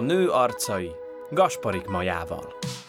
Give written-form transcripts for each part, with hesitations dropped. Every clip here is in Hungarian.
nő arcai Gasparik Majával.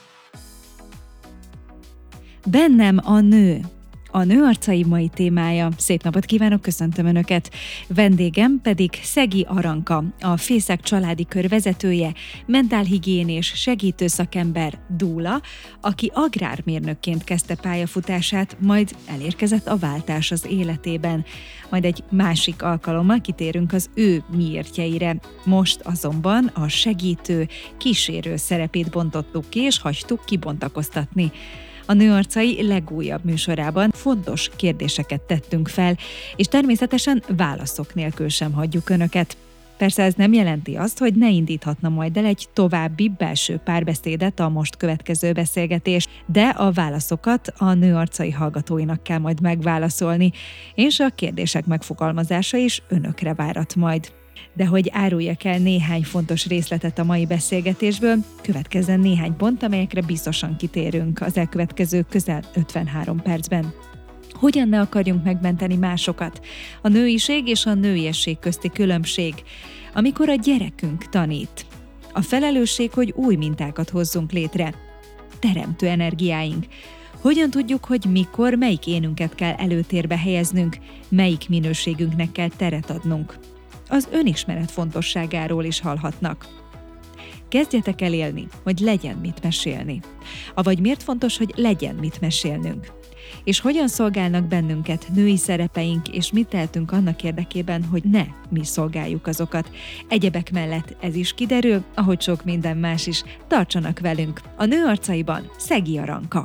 Bennem a nő. A nő arcai mai témája. Szép napot kívánok, köszöntöm Önöket. Vendégem pedig Szegi Aranka, a Fészek családi kör vezetője, mentálhigiénés segítő szakember, dúla, aki agrármérnökként kezdte pályafutását, majd elérkezett a váltás az életében. Majd egy másik alkalommal kitérünk az ő miértjeire. Most azonban a segítő, kísérő szerepét bontottuk ki, és hagytuk kibontakoztatni. A Nő arcai legújabb műsorában fontos kérdéseket tettünk fel, és természetesen válaszok nélkül sem hagyjuk Önöket. Persze ez nem jelenti azt, hogy ne indíthatna majd el egy további belső párbeszédet a most következő beszélgetés, de a válaszokat a Nő arcai hallgatóinak kell majd megválaszolni, és a kérdések megfogalmazása is Önökre várat majd. De hogy áruljak el néhány fontos részletet a mai beszélgetésből, következzen néhány pont, amelyekre biztosan kitérünk az elkövetkező közel 53 percben. Hogyan ne akarjunk megmenteni másokat? A nőiség és a nőiesség közti különbség. Amikor a gyerekünk tanít. A felelősség, hogy új mintákat hozzunk létre. Teremtő energiáink. Hogyan tudjuk, hogy mikor, melyik énünket kell előtérbe helyeznünk, melyik minőségünknek kell teret adnunk. Az önismeret fontosságáról is hallhatnak. Kezdjetek el élni, hogy legyen mit mesélni. Avagy miért fontos, hogy legyen mit mesélnünk? És hogyan szolgálnak bennünket női szerepeink, és mit tehetünk annak érdekében, hogy ne mi szolgáljuk azokat. Egyebek mellett ez is kiderül, ahogy sok minden más is. Tartsanak velünk! A Nő arcaiban Szegi Aranka.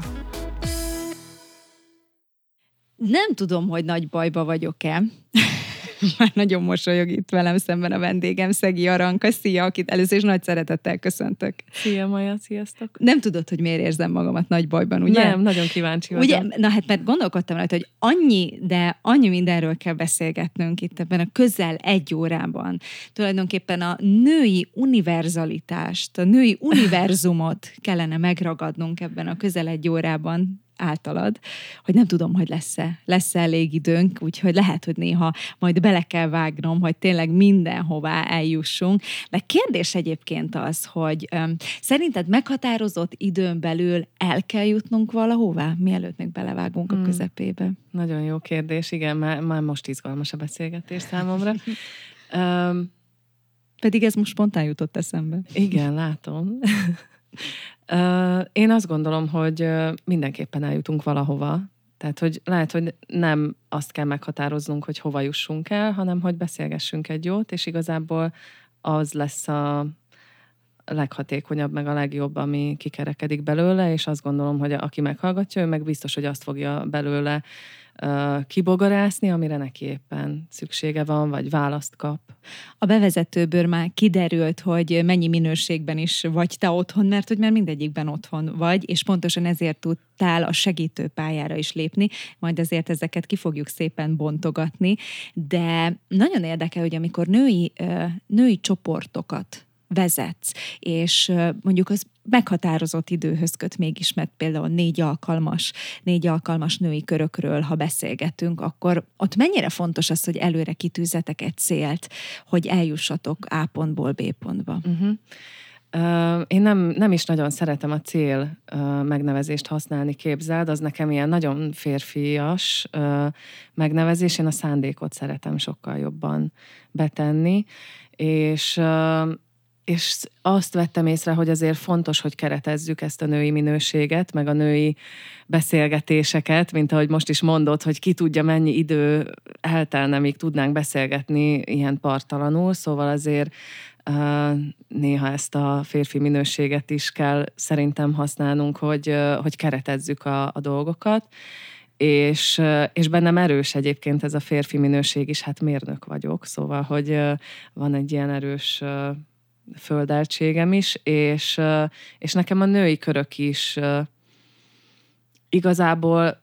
Nem tudom, hogy nagy bajba vagyok-e. Már nagyon mosolyog itt velem szemben a vendégem, Szegi Aranka. Szia, akit először is nagy szeretettel köszöntök. Szia, Maja, sziasztok. Nem tudod, hogy miért érzem magamat nagy bajban, ugye? Nem, nagyon kíváncsi vagyok. Ugye? Na hát, mert gondolkodtam rajta, hogy annyi mindenről kell beszélgetnünk itt ebben a közel egy órában. Tulajdonképpen a női univerzalitást, a női univerzumot kellene megragadnunk ebben a közel egy órában általad, hogy nem tudom, hogy lesz-e elég időnk, úgyhogy lehet, hogy néha majd bele kell vágnom, hogy tényleg mindenhová eljussunk. De kérdés egyébként az, hogy szerinted meghatározott időn belül el kell jutnunk valahová, mielőtt még belevágunk a közepébe? Nagyon jó kérdés, igen, már most izgalmas a beszélgetés számomra. Pedig ez most spontán jutott eszembe. Igen, látom. Én azt gondolom, hogy mindenképpen eljutunk valahova. Tehát, hogy lehet, hogy nem azt kell meghatároznunk, hogy hova jussunk el, hanem hogy beszélgessünk egy jót, és igazából az lesz a leghatékonyabb, meg a legjobb, ami kikerekedik belőle, és azt gondolom, hogy aki meghallgatja, ő meg biztos, hogy azt fogja belőle kibogarászni, amire neki éppen szüksége van, vagy választ kap. A bevezetőből már kiderült, hogy mennyi minőségben is vagy te otthon, mert hogy már mindegyikben otthon vagy, és pontosan ezért tudtál a segítő pályára is lépni, majd ezért ezeket ki fogjuk szépen bontogatni, de nagyon érdekel, hogy amikor női csoportokat vezetsz, és mondjuk az meghatározott időhöz köt mégis, mert például 4 alkalmas női körökről, ha beszélgetünk, akkor ott mennyire fontos az, hogy előre kitűzzetek egy célt, hogy eljussatok A pontból B pontba? Én nem is nagyon szeretem a cél megnevezést használni, képzeld, az nekem ilyen nagyon férfias megnevezés, én a szándékot szeretem sokkal jobban betenni, és azt vettem észre, hogy azért fontos, hogy keretezzük ezt a női minőséget, meg a női beszélgetéseket, mint ahogy most is mondod, hogy ki tudja, mennyi idő eltelne, míg tudnánk beszélgetni ilyen parttalanul, szóval azért néha ezt a férfi minőséget is kell szerintem használnunk, hogy keretezzük a dolgokat, és bennem erős egyébként ez a férfi minőség is, hát mérnök vagyok, szóval, hogy van egy ilyen erős földeltségem is, és nekem a női körök is igazából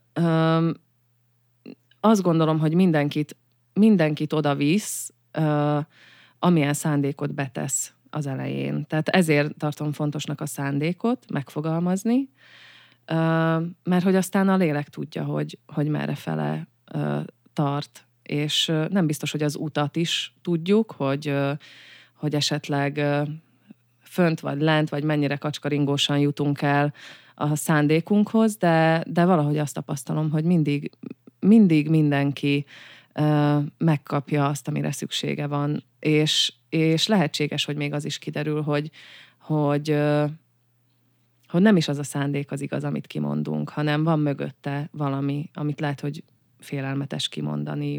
azt gondolom, hogy mindenkit oda visz, amilyen szándékot betesz az elején. Tehát ezért tartom fontosnak a szándékot megfogalmazni, mert hogy aztán a lélek tudja, hogy merre fele tart, és nem biztos, hogy az utat is tudjuk, hogy esetleg fönt vagy lent, vagy mennyire kacskaringósan jutunk el a szándékunkhoz, de valahogy azt tapasztalom, hogy mindig mindenki megkapja azt, amire szüksége van, és lehetséges, hogy még az is kiderül, hogy nem is az a szándék az igaz, amit kimondunk, hanem van mögötte valami, amit lehet, hogy félelmetes kimondani,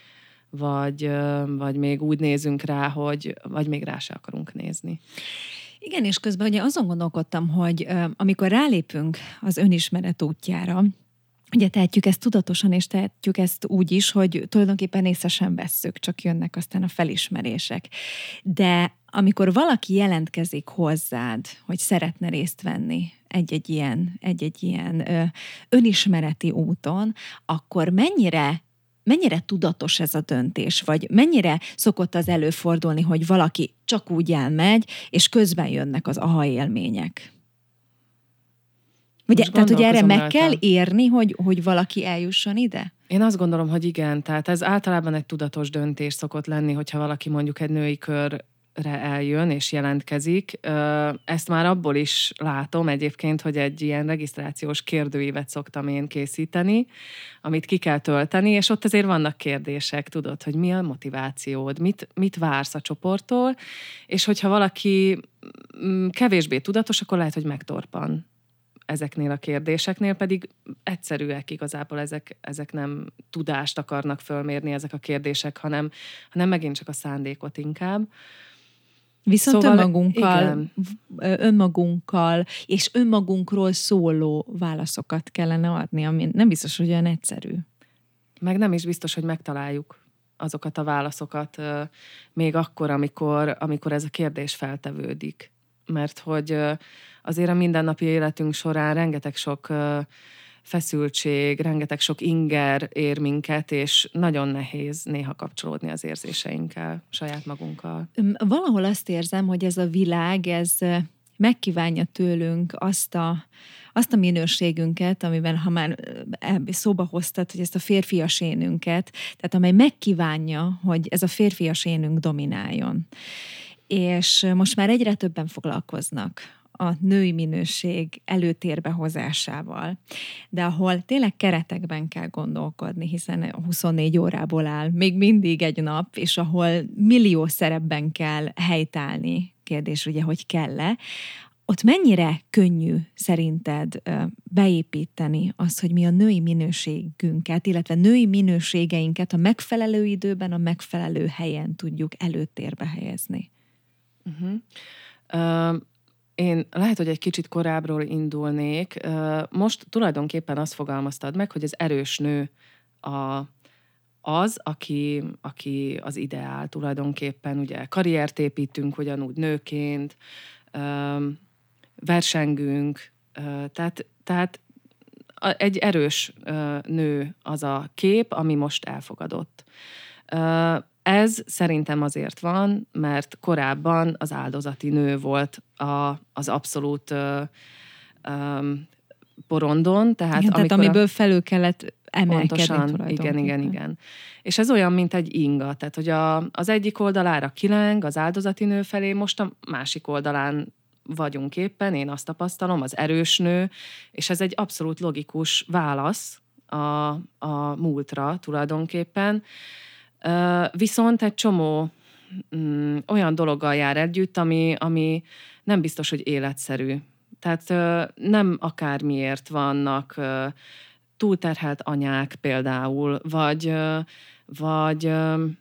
vagy még úgy nézünk rá, vagy még rá se akarunk nézni. Igen, és közben ugye azon gondolkodtam, hogy amikor rálépünk az önismeret útjára, ugye tehetjük ezt tudatosan, és tehetjük ezt úgy is, hogy tulajdonképpen észre sem vesszük, csak jönnek aztán a felismerések. De amikor valaki jelentkezik hozzád, hogy szeretne részt venni egy-egy ilyen önismereti úton, akkor mennyire tudatos ez a döntés, vagy mennyire szokott az előfordulni, hogy valaki csak úgy elmegy, és közben jönnek az aha élmények? Ugye, tehát, hogy erre meg kell érni, hogy valaki eljusson ide? Én azt gondolom, hogy igen. Tehát ez általában egy tudatos döntés szokott lenni, hogyha valaki mondjuk egy női körre eljön és jelentkezik. Ezt már abból is látom egyébként, hogy egy ilyen regisztrációs kérdőívet szoktam én készíteni, amit ki kell tölteni, és ott azért vannak kérdések, tudod, hogy mi a motivációd, mit vársz a csoporttól, és hogyha valaki kevésbé tudatos, akkor lehet, hogy megtorpan ezeknél a kérdéseknél, pedig egyszerűek igazából ezek nem tudást akarnak fölmérni ezek a kérdések, hanem megint csak a szándékot inkább. Viszont szóval önmagunkkal és önmagunkról szóló válaszokat kellene adni, ami nem biztos, hogy olyan egyszerű. Meg nem is biztos, hogy megtaláljuk azokat a válaszokat még akkor, amikor ez a kérdés feltevődik. Mert hogy azért a mindennapi életünk során rengeteg sok feszültség, rengeteg sok inger ér minket, és nagyon nehéz néha kapcsolódni az érzéseinkkel, saját magunkkal. Valahol azt érzem, hogy ez a világ, ez megkívánja tőlünk azt a minőségünket, amiben, ha már szóba hoztad, hogy ezt a férfias énünket, tehát amely megkívánja, hogy ez a férfias énünk domináljon. És most már egyre többen foglalkoznak a női minőség előtérbe hozásával, de ahol tényleg keretekben kell gondolkodni, hiszen 24 órából áll még mindig egy nap, és ahol millió szerepben kell helytállni, kérdés ugye, hogy kell-e, ott mennyire könnyű szerinted beépíteni azt, hogy mi a női minőségünket, illetve női minőségeinket a megfelelő időben, a megfelelő helyen tudjuk előtérbe helyezni? Én lehet, hogy egy kicsit korábbról indulnék. Most tulajdonképpen azt fogalmaztad meg, hogy az erős nő aki az ideál tulajdonképpen. Ugye karriert építünk ugyanúgy nőként, versengünk, tehát egy erős nő az a kép, ami most elfogadott. Ez szerintem azért van, mert korábban az áldozati nő volt az abszolút porondon. Tehát, igen, tehát amiből felül kellett emelkedni pontosan, tulajdonképpen. igen. És ez olyan, mint egy inga. Tehát, hogy az egyik oldalára kileng az áldozati nő felé, most a másik oldalán vagyunk éppen, én azt tapasztalom, az erős nő, és ez egy abszolút logikus válasz a múltra tulajdonképpen. Viszont egy csomó olyan dologgal jár együtt, ami nem biztos, hogy életszerű. Tehát nem akármiért vannak túlterhelt anyák például, vagy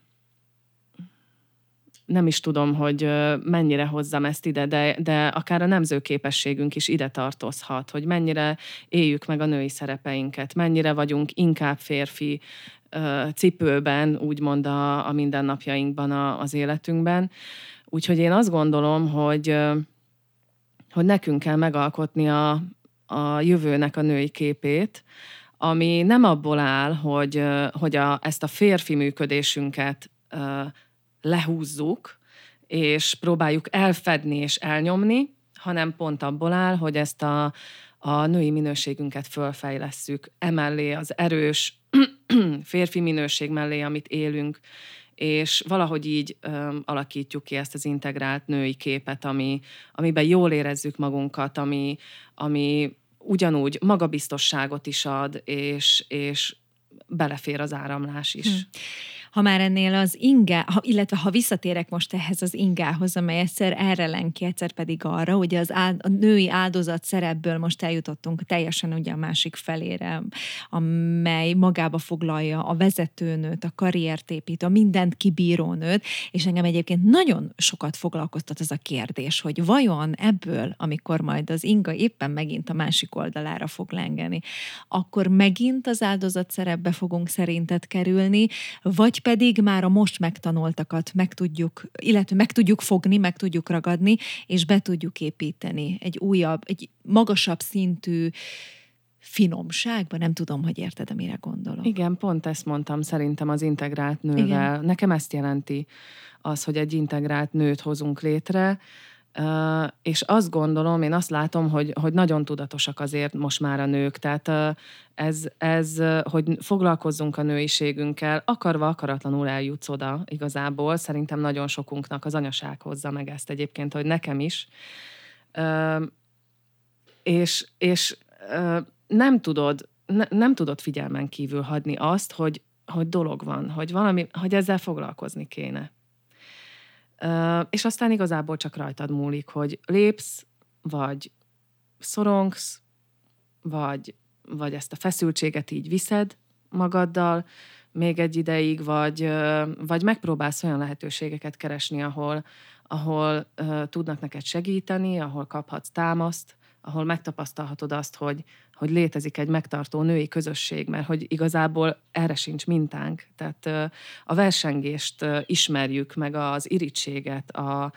nem is tudom, hogy mennyire hozzam ezt ide, de akár a nemzőképességünk is ide tartozhat, hogy mennyire éljük meg a női szerepeinket, mennyire vagyunk inkább férfi cipőben, úgymond a mindennapjainkban, az életünkben. Úgyhogy én azt gondolom, hogy nekünk kell megalkotni a jövőnek a női képét, ami nem abból áll, hogy ezt a férfi működésünket lehúzzuk, és próbáljuk elfedni és elnyomni, hanem pont abból áll, hogy ezt a női minőségünket fölfejlesszük, emellé az erős férfi minőség mellé, amit élünk, és valahogy így alakítjuk ki ezt az integrált női képet, amiben jól érezzük magunkat, ami ugyanúgy magabiztosságot is ad, és belefér az áramlás is. Ha már ennél az illetve ha visszatérek most ehhez az ingához, amely egyszer erre lenki, egyszer pedig arra, ugye a női áldozat szerepből most eljutottunk teljesen ugye a másik felére, amely magába foglalja a vezetőnőt, a karriert épít, a mindent kibíró nőt, és engem egyébként nagyon sokat foglalkoztat az a kérdés, hogy vajon ebből, amikor majd az inga éppen megint a másik oldalára fog lengeni, akkor megint az áldozat szerepbe fogunk szerinted kerülni, vagy pedig már a most megtanultakat meg tudjuk fogni, meg tudjuk ragadni, és be tudjuk építeni egy magasabb szintű finomságba. Nem tudom, hogy érted, amire gondolok. Igen, pont ezt mondtam szerintem az integrált nővel. Igen. Nekem ezt jelenti az, hogy egy integrált nőt hozunk létre, és azt gondolom, én azt látom, hogy nagyon tudatosak azért most már a nők, tehát ez, hogy foglalkozzunk a nőiségünkkel, akarva, akaratlanul eljutsz oda igazából, szerintem nagyon sokunknak az anyaság hozza meg ezt egyébként, hogy nekem is, és nem tudod figyelmen kívül hagyni azt, hogy dolog van, hogy ezzel foglalkozni kéne. És aztán igazából csak rajtad múlik, hogy lépsz, vagy szorongsz, vagy ezt a feszültséget így viszed magaddal még egy ideig, vagy megpróbálsz olyan lehetőségeket keresni, ahol tudnak neked segíteni, ahol kaphatsz támaszt, ahol megtapasztalhatod azt, hogy létezik egy megtartó női közösség, mert hogy igazából erre sincs mintánk. Tehát a versengést ismerjük, meg az irítséget,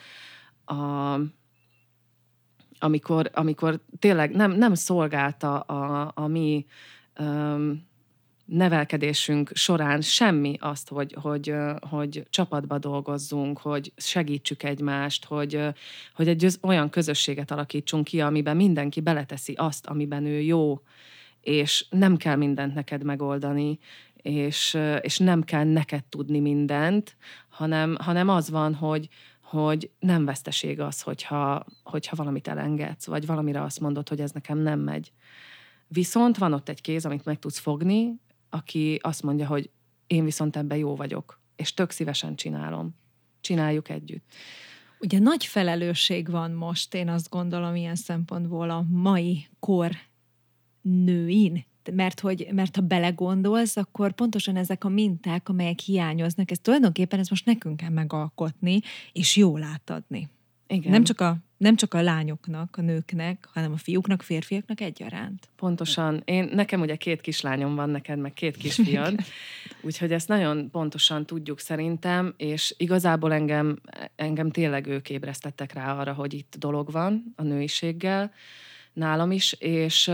amikor tényleg nem szolgálta a mi nevelkedésünk során semmi azt, hogy csapatba dolgozzunk, hogy segítsük egymást, hogy egy olyan közösséget alakítsunk ki, amiben mindenki beleteszi azt, amiben ő jó, és nem kell mindent neked megoldani, és nem kell neked tudni mindent, hanem az van, hogy nem veszteség az, hogyha valamit elengedsz, vagy valamire azt mondod, hogy ez nekem nem megy. Viszont van ott egy kéz, amit meg tudsz fogni, aki azt mondja, hogy én viszont ebben jó vagyok, és tök szívesen csinálom. Csináljuk együtt. Ugye nagy felelősség van most, én azt gondolom ilyen szempontból a mai kor nőin, mert ha belegondolsz, akkor pontosan ezek a minták, amelyek hiányoznak, tulajdonképpen ezt most nekünk kell megalkotni, és jól átadni. Igen. Nem csak a lányoknak, a nőknek, hanem a fiúknak, férfiaknak egyaránt. Pontosan. Nekem ugye 2 kislányom van, neked meg 2 kisfiad, úgyhogy ezt nagyon pontosan tudjuk szerintem, és igazából engem tényleg ők ébresztettek rá arra, hogy itt dolog van a nőiséggel, nálam is, és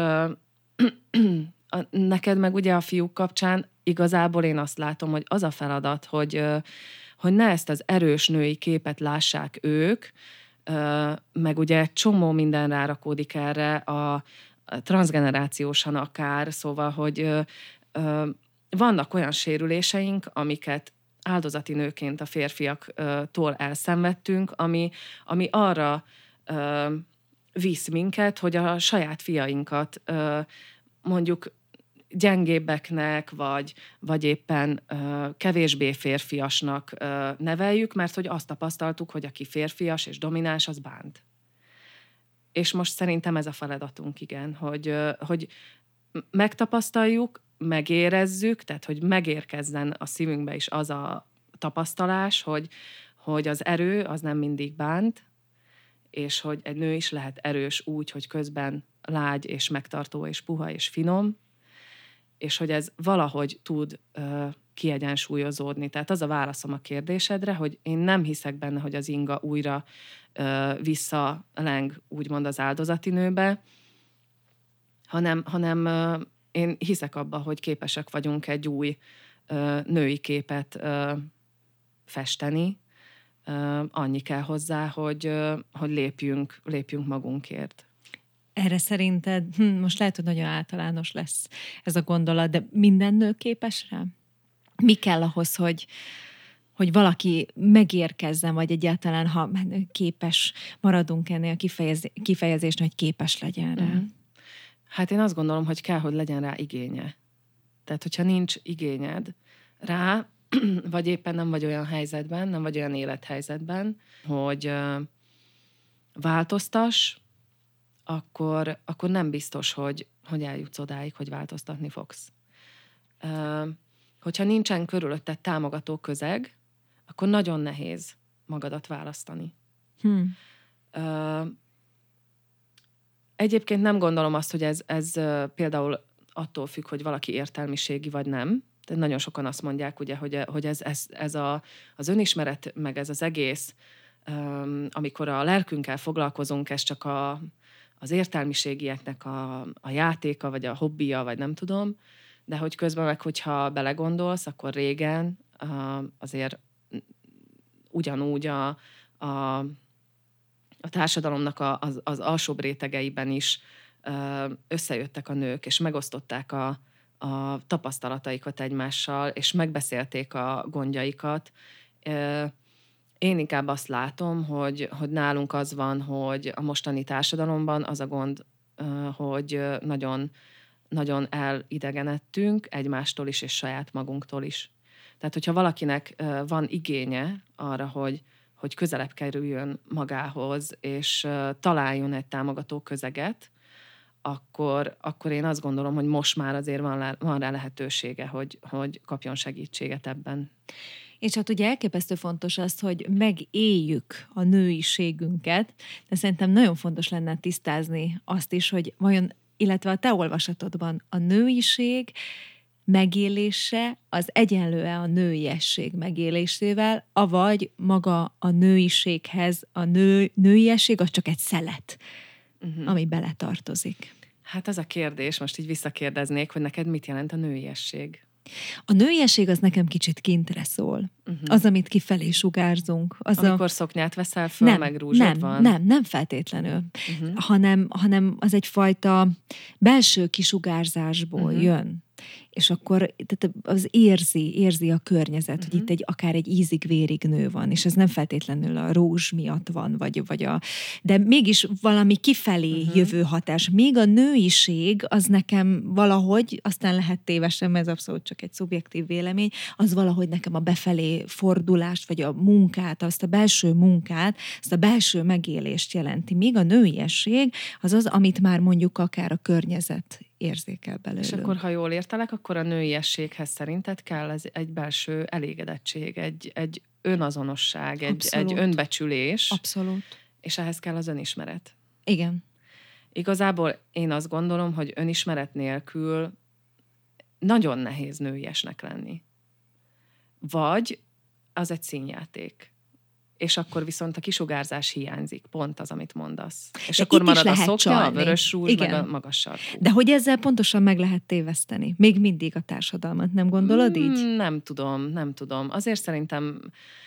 neked meg ugye a fiúk kapcsán igazából én azt látom, hogy az a feladat, hogy ne ezt az erős női képet lássák ők, meg ugye csomó minden rárakódik erre, a transzgenerációsan akár, szóval, hogy vannak olyan sérüléseink, amiket áldozati nőként a férfiaktól elszenvedtünk, ami arra visz minket, hogy a saját fiainkat mondjuk gyengébbeknek, vagy éppen kevésbé férfiasnak neveljük, mert hogy azt tapasztaltuk, hogy aki férfias és domináns, az bánt. És most szerintem ez a feladatunk, igen, hogy megtapasztaljuk, megérezzük, tehát hogy megérkezzen a szívünkbe is az a tapasztalás, hogy az erő az nem mindig bánt, és hogy egy nő is lehet erős úgy, hogy közben lágy és megtartó és puha és finom, és hogy ez valahogy tud kiegyensúlyozódni. Tehát az a válaszom a kérdésedre, hogy én nem hiszek benne, hogy az inga újra visszaleng úgymond az áldozati nőbe, hanem én hiszek abba, hogy képesek vagyunk egy új női képet festeni. Annyi kell hozzá, hogy lépjünk magunkért. Erre szerinted, most lehet, hogy nagyon általános lesz ez a gondolat, de minden nő képes rá? Mi kell ahhoz, hogy valaki megérkezzen, vagy egyáltalán, ha képes, maradunk ennél a kifejezésnél, hogy képes legyen rá. Uh-huh. Hát én azt gondolom, hogy kell, hogy legyen rá igénye. Tehát, hogyha nincs igényed rá, vagy éppen nem vagy olyan helyzetben, nem vagy olyan élethelyzetben, hogy változtass, akkor nem biztos, hogy eljutsz odáig, hogy változtatni fogsz. Hogyha nincsen körülötted támogató közeg, akkor nagyon nehéz magadat választani. Egyébként nem gondolom azt, hogy ez például attól függ, hogy valaki értelmiségi vagy nem. De nagyon sokan azt mondják, ugye, hogy ez az önismeret, meg ez az egész, amikor a lelkünkkel foglalkozunk, ez csak az értelmiségieknek a játéka, vagy a hobbija, vagy nem tudom, de hogy közben meg, hogyha belegondolsz, akkor régen azért ugyanúgy a társadalomnak az alsóbb rétegeiben is összejöttek a nők, és megosztották a tapasztalataikat egymással, és megbeszélték a gondjaikat. Én inkább azt látom, hogy nálunk az van, hogy a mostani társadalomban az a gond, hogy nagyon, nagyon elidegenedtünk egymástól is, és saját magunktól is. Tehát, hogyha valakinek van igénye arra, hogy közelebb kerüljön magához, és találjon egy támogató közeget, akkor én azt gondolom, hogy most már azért van rá lehetősége, hogy kapjon segítséget ebben. És hát ugye elképesztő fontos az, hogy megéljük a nőiségünket, de szerintem nagyon fontos lenne tisztázni azt is, hogy vajon, illetve a te olvasatodban a nőiség megélése az egyenlő-e a nőiesség megélésével, avagy maga a nőiséghez a nőiesség az csak egy szelet, ami beletartozik. Hát az a kérdés, most így visszakérdeznék, hogy neked mit jelent a nőiesség? A nőiesség az nekem kicsit kintre szól. Az, amit kifelé sugárzunk. Amikor szoknyát veszel föl, meg rúzsod van? Nem feltétlenül. Hanem az egyfajta belső kisugárzásból jön. És akkor tehát az érzi a környezet, hogy itt akár egy ízig-vérig nő van, és ez nem feltétlenül a rúzs miatt van, de mégis valami kifelé jövő hatás. Még a nőiség az nekem valahogy, aztán lehet tévesen, mert ez abszolút csak egy szubjektív vélemény, az valahogy nekem a befelé fordulást, vagy a munkát, azt a belső munkát, azt a belső megélést jelenti. Míg a nőiesség az az, amit már mondjuk akár a környezet érzékel belőlünk. És akkor, ha jól értelek, akkor a nőiességhez szerinted kell egy belső elégedettség, egy önazonosság, egy önbecsülés. Abszolút. És ehhez kell az önismeret. Igen. Igazából én azt gondolom, hogy önismeret nélkül nagyon nehéz nőiesnek lenni. Vagy az egy színjáték. És akkor viszont a kisugárzás hiányzik, pont az, amit mondasz. És de akkor marad a szoknya, csalni. A vörös rúzs, igen, meg a magas sarkú. De hogy ezzel pontosan meg lehet téveszteni? Még mindig a társadalmat, nem gondolod így? Nem tudom. Azért szerintem,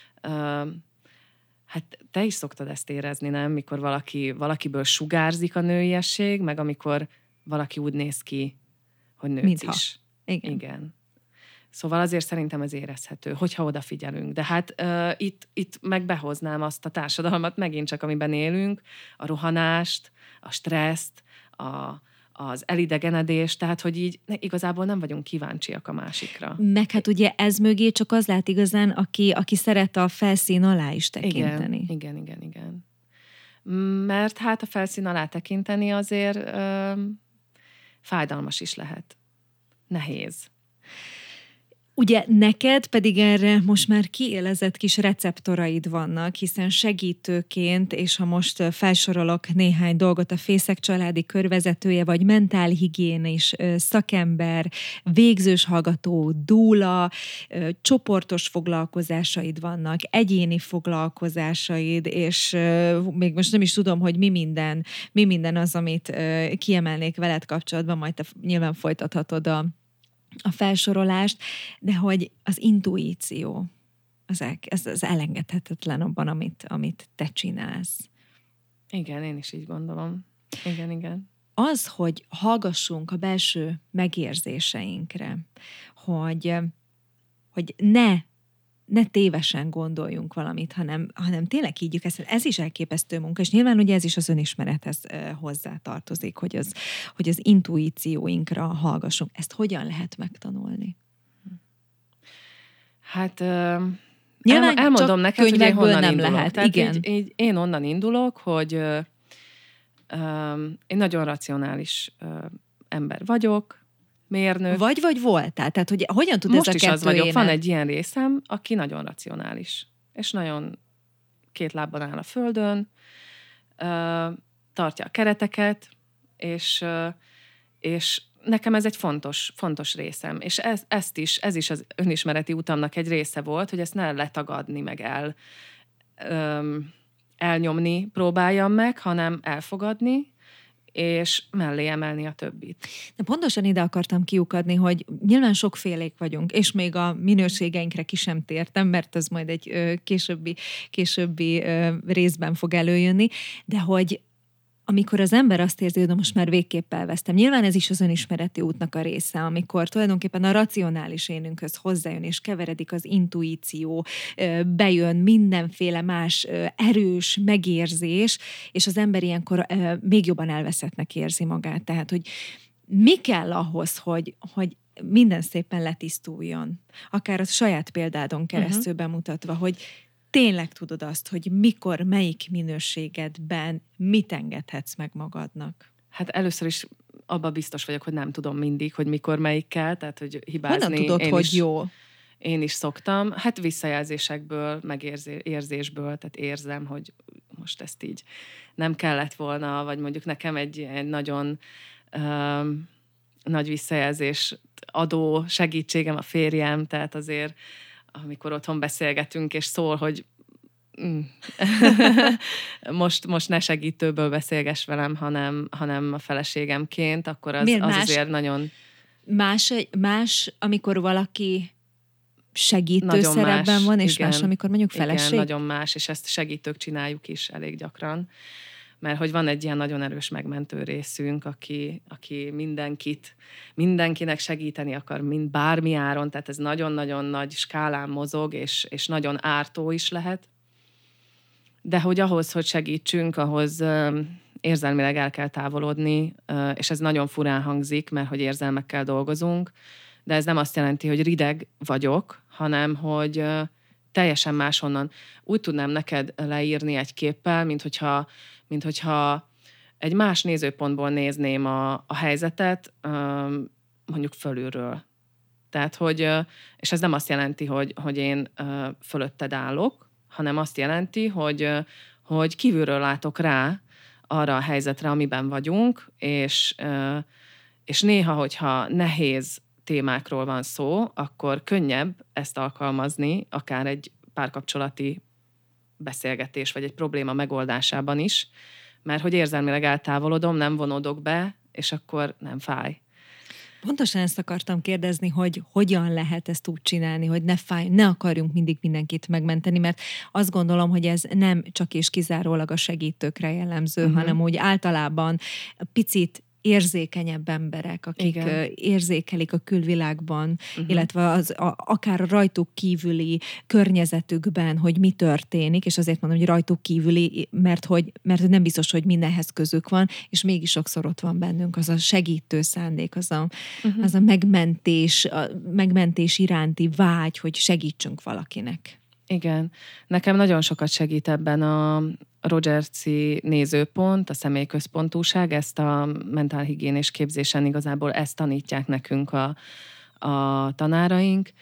hát te is szoktad ezt érezni, nem? Mikor valakiből sugárzik a nőiesség, meg amikor valaki úgy néz ki, hogy nőc mintha. is. Igen. Szóval azért szerintem ez érezhető, hogyha odafigyelünk. De hát itt meg behoznám azt a társadalmat megint csak, amiben élünk, a rohanást, a stresszt, az elidegenedést, tehát hogy így igazából nem vagyunk kíváncsiak a másikra. Meg hát ugye ez mögé csak az lát igazán, aki szeret a felszín alá is tekinteni. Igen. Mert hát a felszín alá tekinteni azért fájdalmas is lehet. Nehéz. Ugye neked pedig erre most már kiélezett kis receptoraid vannak, hiszen segítőként, és ha most felsorolok néhány dolgot, a Fészek családi körvezetője, vagy mentálhigiénis szakember, végzős hallgató, dúla, csoportos foglalkozásaid vannak, egyéni foglalkozásaid, és még most nem is tudom, hogy mi minden az, amit kiemelnék veled kapcsolatban, majd te nyilván folytathatod a felsorolást, de hogy az intuíció, ez elengedhetetlen abban, amit te csinálsz. Igen, én is így gondolom. Igen. Az, hogy hallgassunk a belső megérzéseinkre, hogy ne tévesen gondoljunk valamit, hanem tényleg higgyük ezt. Ez is elképesztő munka, és nyilván ugye ez is az önismerethez hozzátartozik, hogy az intuícióinkra hallgassunk. Ezt hogyan lehet megtanulni? Hát nyilván elmondom neked, hogy én honnan nem indulok. lehet. Tehát Igen. így én onnan indulok, hogy én nagyon racionális ember vagyok, mérnök. Vagy voltál? Tehát, hogy hogyan tud Most ez a is kettő az vagyok. éne? Van egy ilyen részem, aki nagyon racionális. És nagyon két lábban áll a földön, tartja a kereteket, és nekem ez egy fontos részem. És ez is az önismereti utamnak egy része volt, hogy ezt ne letagadni, meg elnyomni próbáljam meg, hanem elfogadni, és mellé emelni a többit. De pontosan ide akartam kiukadni, hogy nyilván sokfélék vagyunk, és még a minőségeinkre ki sem tértem, mert az majd egy későbbi részben fog előjönni, de hogy amikor az ember azt érzi, hogy most már végképp elvesztem. Nyilván ez is az önismereti útnak a része, amikor tulajdonképpen a racionális énünkhöz hozzájön, és keveredik az intuíció, bejön mindenféle más erős megérzés, és az ember ilyenkor még jobban elveszettnek érzi magát. Tehát, hogy mi kell ahhoz, hogy minden szépen letisztuljon? Akár a saját példádon keresztül bemutatva, hogy tényleg tudod azt, hogy mikor, melyik minőségedben mit engedhetsz meg magadnak? Hát először is abban biztos vagyok, hogy nem tudom mindig, hogy mikor melyikkel, tehát hogy hibázni. Honnan tudod, hogy jó? Én is szoktam. Hát visszajelzésekből, meg érzésből, tehát érzem, hogy most ezt így nem kellett volna, vagy mondjuk nekem egy nagyon nagy visszajelzés adó segítségem a férjem, tehát azért amikor otthon beszélgetünk, és szól, hogy most ne segítőből beszélgess velem, hanem a feleségemként, akkor az azért nagyon... Más, amikor valaki segítő nagyon szerepben van, és igen, más, amikor mondjuk feleség? Igen, nagyon más, és ezt segítők csináljuk is elég gyakran. Mert hogy van egy ilyen nagyon erős megmentő részünk, aki mindenkinek segíteni akar, bármi áron, tehát ez nagyon-nagyon nagy skálán mozog, és nagyon ártó is lehet. De hogy ahhoz, hogy segítsünk, ahhoz érzelmileg el kell távolodni, és ez nagyon furán hangzik, mert hogy érzelmekkel dolgozunk, de ez nem azt jelenti, hogy rideg vagyok, hanem hogy teljesen máshonnan. Úgy tudnám neked leírni egy képpel, mint hogyha egy más nézőpontból nézném a helyzetet, mondjuk fölülről. Tehát, és ez nem azt jelenti, hogy én fölötted állok, hanem azt jelenti, hogy kívülről látok rá arra a helyzetre, amiben vagyunk, és néha, hogyha nehéz témákról van szó, akkor könnyebb ezt alkalmazni, akár egy párkapcsolati beszélgetés, vagy egy probléma megoldásában is, mert hogy érzelmileg eltávolodom, nem vonódok be, és akkor nem fáj. Pontosan ezt akartam kérdezni, hogy hogyan lehet ezt úgy csinálni, hogy ne fáj, ne akarjunk mindig mindenkit megmenteni, mert azt gondolom, hogy ez nem csak és kizárólag a segítőkre jellemző, hanem úgy általában picit érzékenyebb emberek, akik érzékelik a külvilágban, illetve akár a rajtuk kívüli környezetükben, hogy mi történik, és azért mondom, hogy rajtuk kívüli, mert hogy nem biztos, hogy mindenhez közük van, és mégis sokszor ott van bennünk az a segítő szándék, az a megmentés iránti vágy, hogy segítsünk valakinek. Igen. Nekem nagyon sokat segít ebben a Rogerci nézőpont, a személyközpontúság, ezt a mentálhigiénés képzésen igazából ezt tanítják nekünk a tanáraink.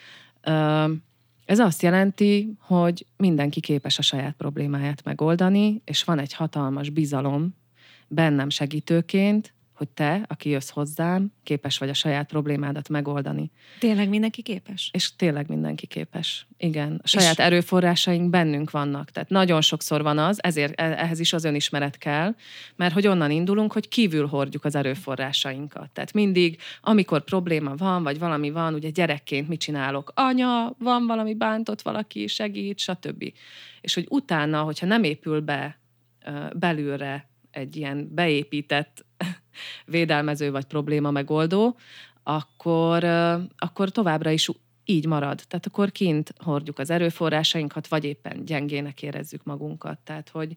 Ez azt jelenti, hogy mindenki képes a saját problémáját megoldani, és van egy hatalmas bizalom bennem segítőként, hogy te, aki jössz hozzám, képes vagy a saját problémádat megoldani. Tényleg mindenki képes? És tényleg mindenki képes. Igen. A saját erőforrásaink bennünk vannak. Tehát nagyon sokszor van az, ezért ehhez is az önismeret kell, mert hogy onnan indulunk, hogy kívül hordjuk az erőforrásainkat. Tehát mindig, amikor probléma van, vagy valami van, ugye gyerekként mit csinálok? Anya, van valami, bántott valaki, segít, stb. És hogy utána, hogyha nem épül be belülre egy ilyen beépített védelmező vagy probléma megoldó, akkor továbbra is így marad. Tehát akkor kint hordjuk az erőforrásainkat, vagy éppen gyengének érezzük magunkat. Tehát, hogy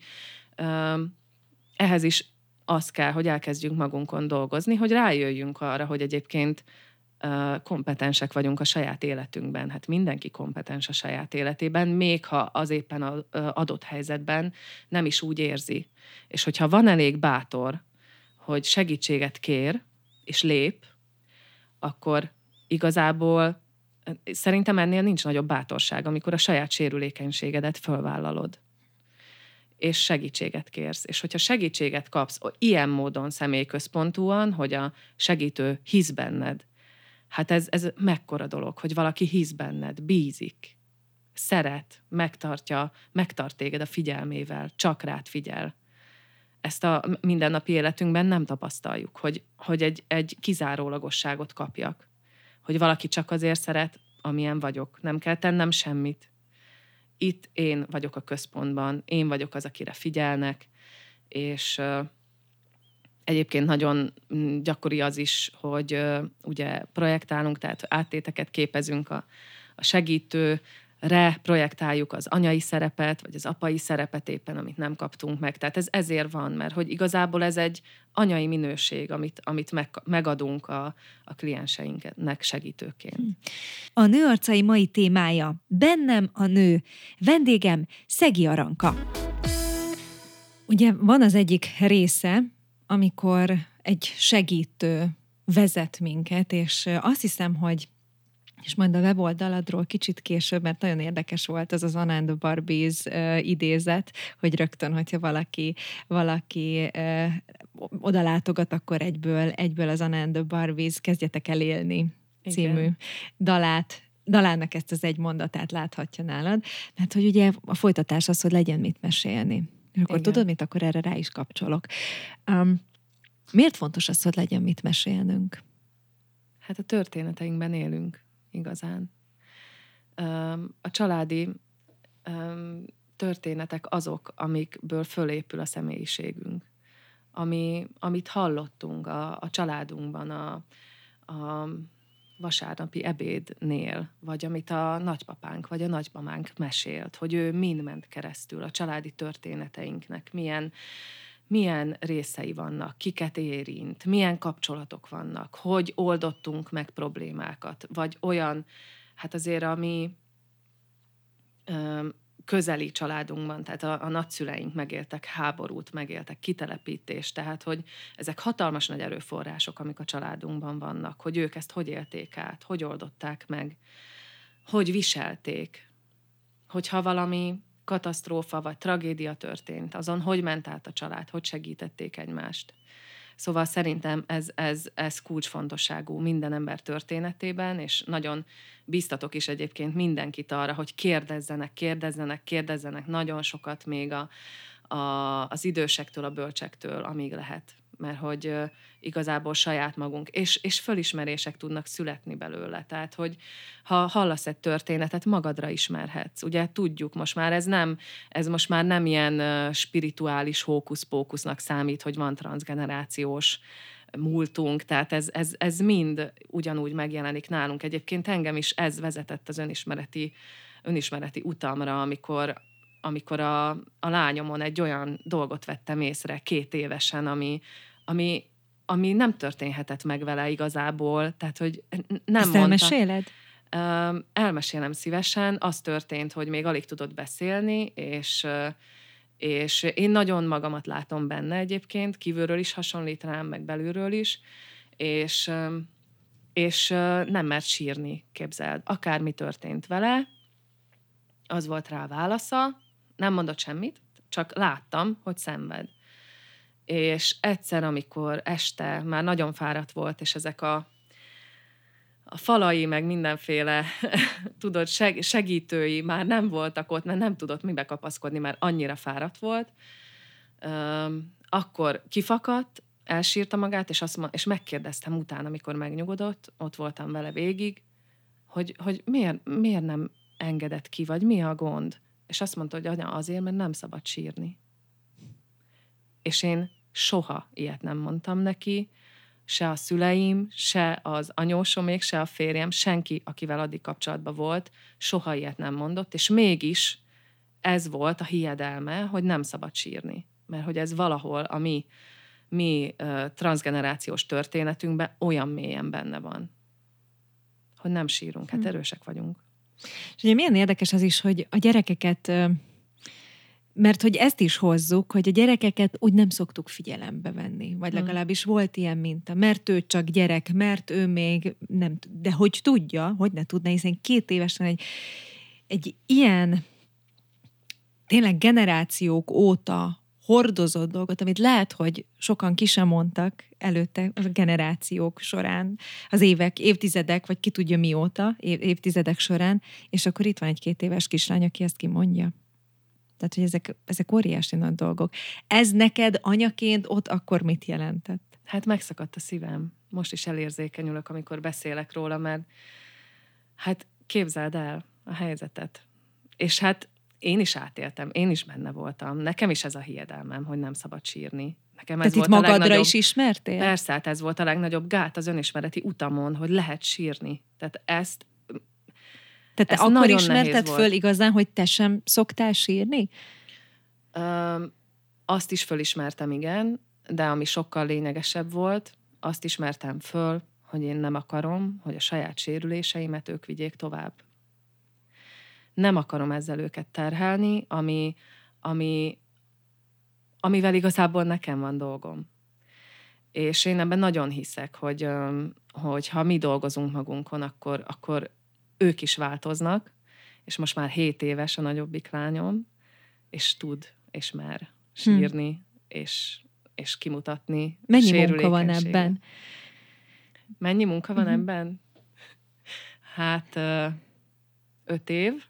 ehhez is az kell, hogy elkezdjünk magunkon dolgozni, hogy rájöjjünk arra, hogy egyébként kompetensek vagyunk a saját életünkben. Hát mindenki kompetens a saját életében, még ha az éppen az adott helyzetben nem is úgy érzi. És hogyha van elég bátor, hogy segítséget kér, és lép, akkor igazából szerintem ennél nincs nagyobb bátorság, amikor a saját sérülékenységedet fölvállalod, és segítséget kérsz. És hogyha segítséget kapsz ilyen módon személyközpontúan, hogy a segítő hisz benned, hát ez mekkora dolog, hogy valaki hisz benned, bízik, szeret, megtart téged a figyelmével, csak rád figyel. Ezt a mindennapi életünkben nem tapasztaljuk, hogy egy kizárólagosságot kapjak. Hogy valaki csak azért szeret, amilyen vagyok. Nem kell tennem semmit. Itt én vagyok a központban, én vagyok az, akire figyelnek, és egyébként nagyon gyakori az is, hogy ugye projektálunk, tehát áttéteket képezünk a segítőre, projektáljuk az anyai szerepet, vagy az apai szerepet éppen, amit nem kaptunk meg. Tehát ez ezért van, mert hogy igazából ez egy anyai minőség, amit megadunk a klienseinknek segítőként. A Nőarcai mai témája Bennem a nő. Vendégem Szegi Aranka. Ugye van az egyik része, amikor egy segítő vezet minket, és azt hiszem, hogy és majd a weboldaladról kicsit később, mert nagyon érdekes volt az Anna and the Barbies idézet, hogy rögtön, hogyha valaki odalátogat, akkor egyből az Anna and the Barbies Kezdjetek el élni című dalának ezt az egy mondatát láthatja nálad. Mert hogy ugye a folytatás az, hogy legyen mit mesélni. És akkor tudod mit? Akkor erre rá is kapcsolok. Miért fontos az, hogy legyen mit mesélnünk? Hát a történeteinkben élünk igazán. A családi történetek azok, amikből fölépül a személyiségünk. Amit hallottunk a családunkban, a vasárnapi ebédnél, vagy amit a nagypapánk vagy a nagymamánk mesélt, hogy ő mind ment keresztül a családi történeteinknek, milyen részei vannak, kiket érint, milyen kapcsolatok vannak, hogy oldottunk meg problémákat, vagy olyan, hát azért ami közeli családunkban, tehát a nagyszüleink megéltek háborút, megéltek kitelepítést, tehát hogy ezek hatalmas nagy erőforrások, amik a családunkban vannak, hogy ők ezt hogy élték át, hogy oldották meg, hogy viselték, hogyha valami katasztrófa vagy tragédia történt, azon hogy ment át a család, hogy segítették egymást. Szóval szerintem ez kulcsfontosságú minden ember történetében, és nagyon biztatok is egyébként mindenkit arra, hogy kérdezzenek nagyon sokat még az idősektől, a bölcsektől, amíg lehet. Mert hogy igazából saját magunk, és fölismerések tudnak születni belőle. Tehát, hogy ha hallasz egy történetet, magadra ismerhetsz. Ugye tudjuk most már, ez most már nem ilyen spirituális hókusz-pókusznak számít, hogy van transzgenerációs múltunk, tehát ez mind ugyanúgy megjelenik nálunk. Egyébként engem is ez vezetett az önismereti utamra, amikor a lányomon egy olyan dolgot vettem észre 2 évesen, ami nem történhetett meg vele igazából, tehát, hogy nem ezt mondta. elmeséled? Elmesélem szívesen. Az történt, hogy még alig tudott beszélni, és én nagyon magamat látom benne egyébként, kívülről is hasonlít rám, meg belülről is, és nem mert sírni, képzeld. Akármi történt vele, az volt rá a válasza, nem mondott semmit, csak láttam, hogy szenved. És egyszer, amikor este már nagyon fáradt volt, és ezek a falai, meg mindenféle tudod, segítői már nem voltak ott, mert nem tudott mibe kapaszkodni, mert annyira fáradt volt, akkor kifakadt, elsírta magát, és megkérdeztem utána, amikor megnyugodott, ott voltam vele végig, hogy miért nem engedett ki, vagy mi a gond? És azt mondta, hogy anya, azért, mert nem szabad sírni. És én soha ilyet nem mondtam neki, se a szüleim, se az anyósomék, se a férjem, senki, akivel addig kapcsolatban volt, soha ilyet nem mondott, és mégis ez volt a hiedelme, hogy nem szabad sírni. Mert hogy ez valahol a mi transzgenerációs történetünkben olyan mélyen benne van, hogy nem sírunk, hát erősek vagyunk. És ugye milyen érdekes az is, hogy a gyerekeket, mert hogy ezt is hozzuk, hogy a gyerekeket úgy nem szoktuk figyelembe venni, vagy legalábbis volt ilyen minta, mert ő csak gyerek, mert ő még nem, de hogy tudja, hogy ne tudna, hiszen 2 évesen egy ilyen tényleg generációk óta hordozott dolgot, amit lehet, hogy sokan ki sem mondtak előtte a generációk során, az évtizedek, vagy ki tudja mióta, évtizedek során, és akkor itt van egy 2 éves kislány, aki ezt kimondja. Tehát, hogy ezek óriási nagy dolgok. Ez neked anyaként ott akkor mit jelentett? Hát megszakadt a szívem. Most is elérzékenyülök, amikor beszélek róla, mert hát képzeld el a helyzetet. És hát én is átéltem, én is benne voltam. Nekem is ez a hiedelmem, hogy nem szabad sírni. Nekem ez Tehát volt itt magadra is ismertél? Persze, hát ez volt a legnagyobb gát az önismereti utamon, hogy lehet sírni. Tehát Tehát te akkor ismerted föl igazán, hogy te sem szoktál sírni? Azt is fölismertem, igen, de ami sokkal lényegesebb volt, azt ismertem föl, hogy én nem akarom, hogy a saját sérüléseimet ők vigyék tovább. Nem akarom ezzel őket terhelni, amivel igazából nekem van dolgom. És én ebben nagyon hiszek, hogy ha mi dolgozunk magunkon, akkor ők is változnak, és most már 7 éves a nagyobbik lányom, és tud, és mer sírni, és kimutatni. Mennyi munka van ebben? Mennyi munka van ebben? Hát 5 év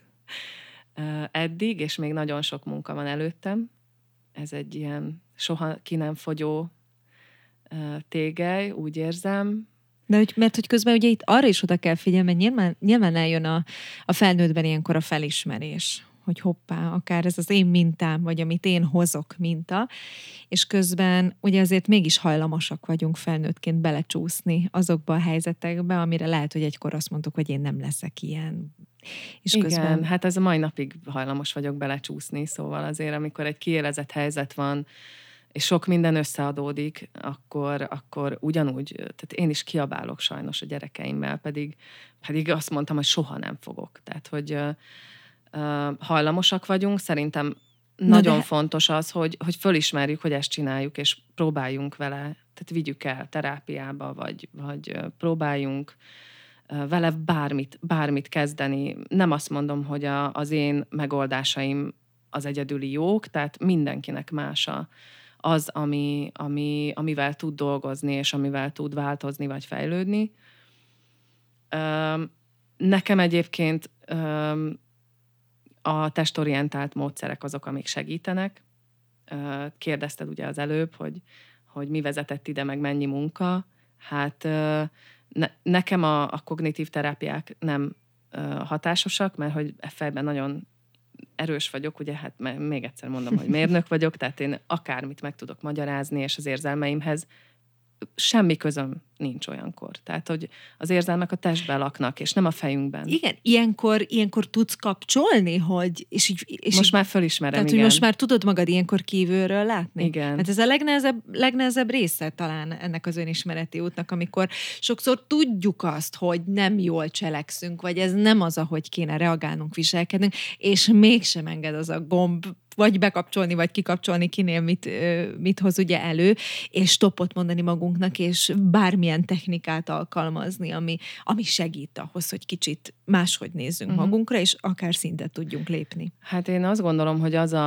eddig, és még nagyon sok munka van előttem. Ez egy ilyen soha ki nem fogyó tégely, úgy érzem. De mert hogy közben ugye itt arra is oda kell figyelni, mert nyilván eljön a felnőttben ilyenkor a felismerés, hogy hoppá, akár ez az én mintám, vagy amit én hozok minta, és közben ugye azért mégis hajlamosak vagyunk felnőttként belecsúszni azokba a helyzetekbe, amire lehet, hogy egykor azt mondtuk, hogy én nem leszek ilyen. És igen, közben... hát ez a mai napig hajlamos vagyok belecsúszni, szóval azért, amikor egy kiélezett helyzet van, és sok minden összeadódik, akkor ugyanúgy, tehát én is kiabálok sajnos a gyerekeimmel, pedig azt mondtam, hogy soha nem fogok. Tehát, hogy hajlamosak vagyunk, szerintem nagyon fontos az, hogy fölismerjük, hogy ezt csináljuk, és próbáljunk vele, tehát vigyük el terápiába, vagy próbáljunk vele bármit kezdeni. Nem azt mondom, hogy az én megoldásaim az egyedüli jók, tehát mindenkinek más az, amivel tud dolgozni, és amivel tud változni, vagy fejlődni. Nekem egyébként a testorientált módszerek azok, amik segítenek. Kérdezted ugye az előbb, hogy mi vezetett ide, meg mennyi munka. Hát nekem a kognitív terápiák nem hatásosak, mert hogy fejben nagyon erős vagyok, ugye, hát még egyszer mondom, hogy mérnök vagyok, tehát én akármit meg tudok magyarázni, és az érzelmeimhez semmi közöm nincs olyankor. Tehát, hogy az érzelmek a testben laknak, és nem a fejünkben. Igen, ilyenkor tudsz kapcsolni, hogy... És most már fölismerem, tehát, igen. hogy most már tudod magad ilyenkor kívülről látni? Igen. Mert ez a legnehezebb része talán ennek az önismereti útnak, amikor sokszor tudjuk azt, hogy nem jól cselekszünk, vagy ez nem az, ahogy kéne reagálnunk, viselkednünk, és mégsem enged az a gomb, vagy bekapcsolni, vagy kikapcsolni, kinél mit hoz ugye elő, és stoppot mondani magunknak, és bármilyen technikát alkalmazni, ami segít ahhoz, hogy kicsit máshogy nézzünk magunkra, és akár szintet tudjunk lépni. Hát én azt gondolom, hogy az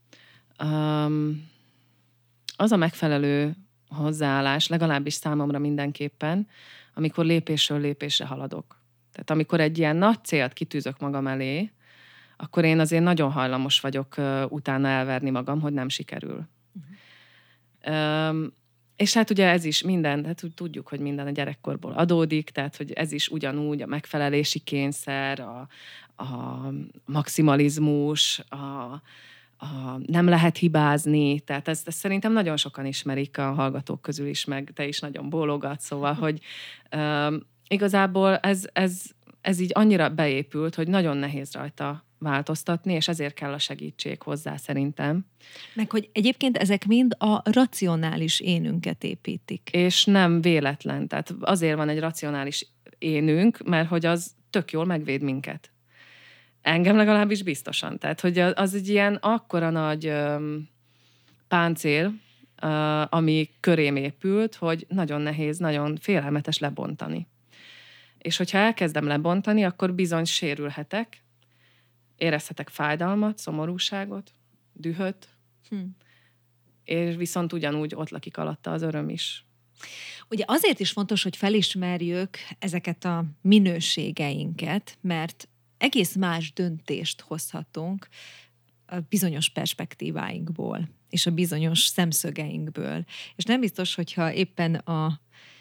a megfelelő hozzáállás, legalábbis számomra mindenképpen, amikor lépésről lépésre haladok. Tehát amikor egy ilyen nagy célt kitűzök magam elé, akkor én azért nagyon hajlamos vagyok utána elverni magam, hogy nem sikerül. És hát ugye ez is minden, hát tudjuk, hogy minden a gyerekkorból adódik, tehát hogy ez is ugyanúgy a megfelelési kényszer, a maximalizmus, nem lehet hibázni, tehát ezt szerintem nagyon sokan ismerik a hallgatók közül is, meg te is nagyon bólogatsz, szóval, hogy igazából ez így annyira beépült, hogy nagyon nehéz rajta változtatni, és ezért kell a segítség hozzá szerintem. Meg hogy egyébként ezek mind a racionális énünket építik. És nem véletlen, tehát azért van egy racionális énünk, mert hogy az tök jól megvéd minket. Engem legalábbis biztosan. Tehát, hogy az egy ilyen akkora nagy páncél, ami körém épült, hogy nagyon nehéz, nagyon félelmetes lebontani. És hogyha elkezdem lebontani, akkor bizony sérülhetek, érezhetek fájdalmat, szomorúságot, dühöt, és viszont ugyanúgy ott lakik alatta az öröm is. Ugye azért is fontos, hogy felismerjük ezeket a minőségeinket, mert egész más döntést hozhatunk a bizonyos perspektíváinkból, és a bizonyos szemszögeinkből. És nem biztos, hogyha éppen a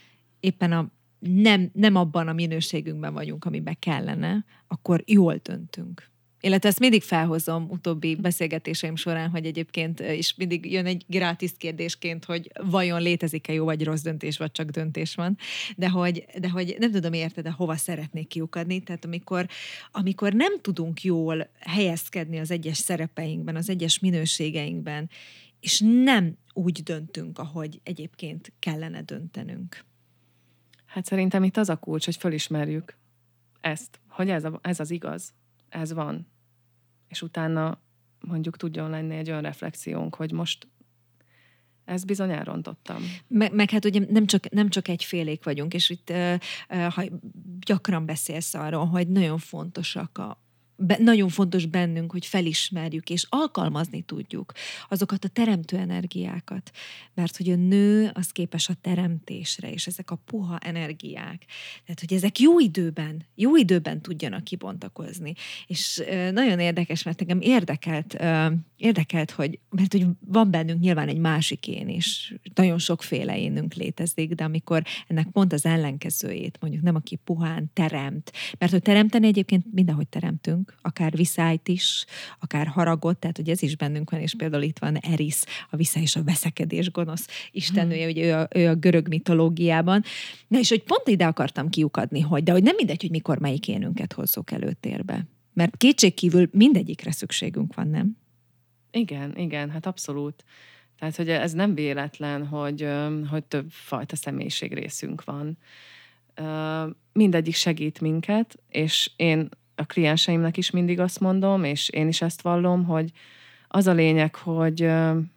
nem abban a minőségünkben vagyunk, amiben kellene, akkor jól döntünk. Illetve ezt mindig felhozom utóbbi beszélgetéseim során, hogy egyébként is mindig jön egy grátis kérdésként, hogy vajon létezik-e jó vagy rossz döntés, vagy csak döntés van. De hogy nem tudom, érted, de hova szeretnék kiukadni. Tehát amikor nem tudunk jól helyezkedni az egyes szerepeinkben, az egyes minőségeinkben, és nem úgy döntünk, ahogy egyébként kellene döntenünk. Hát szerintem itt az a kulcs, hogy fölismerjük ezt, hogy ez az igaz, ez van. És utána mondjuk tudjon lenni egy olyan reflexiónk, hogy most ezt bizony elrontottam. Meg hát ugye nem csak egyfélék vagyunk, és itt ha gyakran beszélsz arról, hogy nagyon fontos bennünk, hogy felismerjük és alkalmazni tudjuk azokat a teremtő energiákat. Mert hogy a nő az képes a teremtésre, és ezek a puha energiák. Tehát, hogy ezek jó időben tudjanak kibontakozni. És nagyon érdekes, mert engem érdekelt, hogy van bennünk nyilván egy másik én is. Nagyon sokféle énünk létezik, de amikor ennek pont az ellenkezőjét, mondjuk nem aki puhán teremt, mert hogy teremteni egyébként mindenhogy teremtünk, akár viszályt is, akár haragot, tehát hogy ez is bennünk van, és például itt van Eris, a viszály és a veszekedés gonosz istennője, ugye ő a görög mitológiában. Na és hogy pont ide akartam kiukadni, de hogy nem mindegy, hogy mikor melyik énünket hozzuk előtérbe. Mert kétségkívül mindegyikre szükségünk van, nem? Igen, hát abszolút. Tehát, hogy ez nem véletlen, hogy több fajta személyiségrészünk van. Mindegyik segít minket, és én a klienseimnek is mindig azt mondom, és én is ezt vallom, hogy az a lényeg, hogy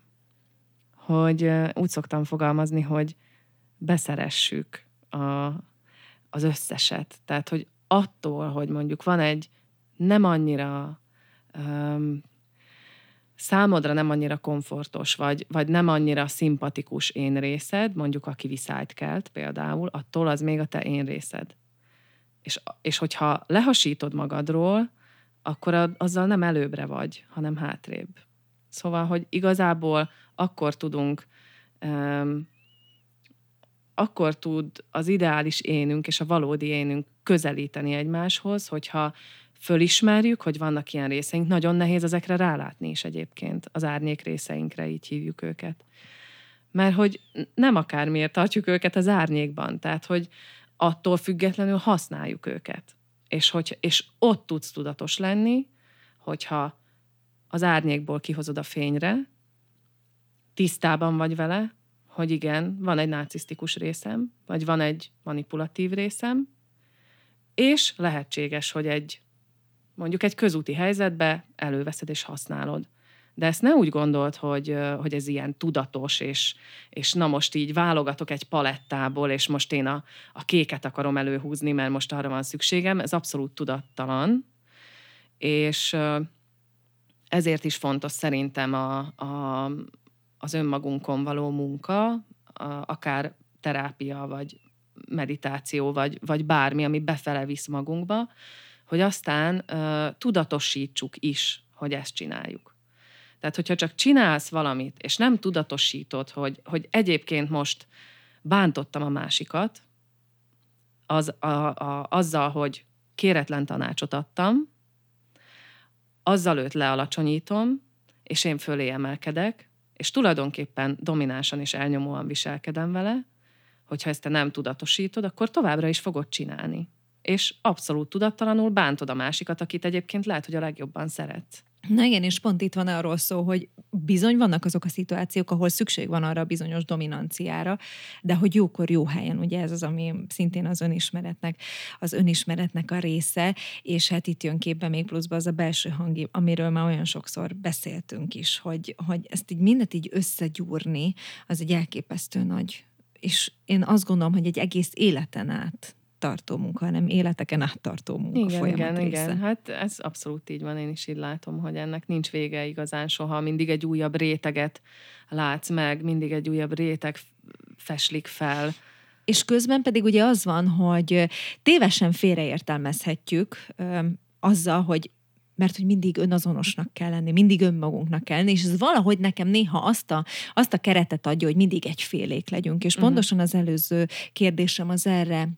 úgy szoktam fogalmazni, hogy beszeressük az összeset. Tehát, hogy attól, hogy mondjuk van egy nem annyira számodra nem annyira komfortos, vagy nem annyira szimpatikus én részed, mondjuk aki viszályt kelt például, attól az még a te én részed. És hogyha lehasítod magadról, akkor azzal nem előbbre vagy, hanem hátrébb. Szóval, hogy igazából akkor tud az ideális énünk és a valódi énünk közelíteni egymáshoz, hogyha fölismerjük, hogy vannak ilyen részeink. Nagyon nehéz ezekre rálátni is egyébként, az árnyék részeinkre, így hívjuk őket. Mert hogy nem akármiért tartjuk őket az árnyékban, tehát, hogy attól függetlenül használjuk őket. És ott tudsz tudatos lenni, hogyha az árnyékból kihozod a fényre, tisztában vagy vele, hogy igen, van egy narcisztikus részem, vagy van egy manipulatív részem, és lehetséges, hogy mondjuk egy közúti helyzetbe előveszed és használod. De ezt ne úgy gondold, hogy ez ilyen tudatos, és na most így válogatok egy palettából, és most én a kéket akarom előhúzni, mert most arra van szükségem. Ez abszolút tudattalan, és ezért is fontos szerintem az önmagunkon való munka, akár terápia, vagy meditáció, vagy bármi, ami befele visz magunkba, hogy aztán tudatosítsuk is, hogy ezt csináljuk. Tehát, hogyha csak csinálsz valamit, és nem tudatosítod, hogy egyébként most bántottam a másikat, azzal, hogy kéretlen tanácsot adtam, azzal őt lealacsonyítom, és én fölé emelkedek, és tulajdonképpen dominánsan és elnyomóan viselkedem vele, hogyha ezt te nem tudatosítod, akkor továbbra is fogod csinálni. És abszolút tudattalanul bántod a másikat, akit egyébként lehet, hogy a legjobban szeretsz. Na igen, és pont itt van arról szó, hogy bizony vannak azok a szituációk, ahol szükség van arra a bizonyos dominanciára, de hogy jókor jó helyen, ugye ez az, ami szintén az önismeretnek a része, és hát itt jön képbe még pluszba az a belső hang, amiről már olyan sokszor beszéltünk is, hogy ezt így mindent így összegyúrni, az egy elképesztő nagy. És én azt gondolom, hogy egy egész életen át tartó munka, hanem életeken át tartó munka folyamat része. Igen. Hát ez abszolút így van, én is így látom, hogy ennek nincs vége igazán soha. Mindig egy újabb réteget látsz meg, mindig egy újabb réteg feslik fel. És közben pedig ugye az van, hogy tévesen félreértelmezhetjük azzal, mert hogy mindig önazonosnak kell lenni, mindig önmagunknak kell lenni, és ez valahogy nekem néha azt a keretet adja, hogy mindig egyfélék legyünk. És pontosan az előző kérdésem az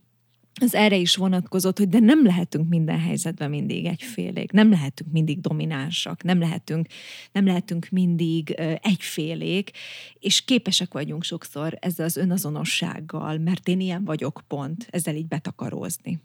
erre is vonatkozott, hogy de nem lehetünk minden helyzetben mindig egyfélék, nem lehetünk mindig dominánsak, nem lehetünk mindig egyfélék, és képesek vagyunk sokszor ezzel az önazonossággal, mert én ilyen vagyok pont, ezzel így betakarózni.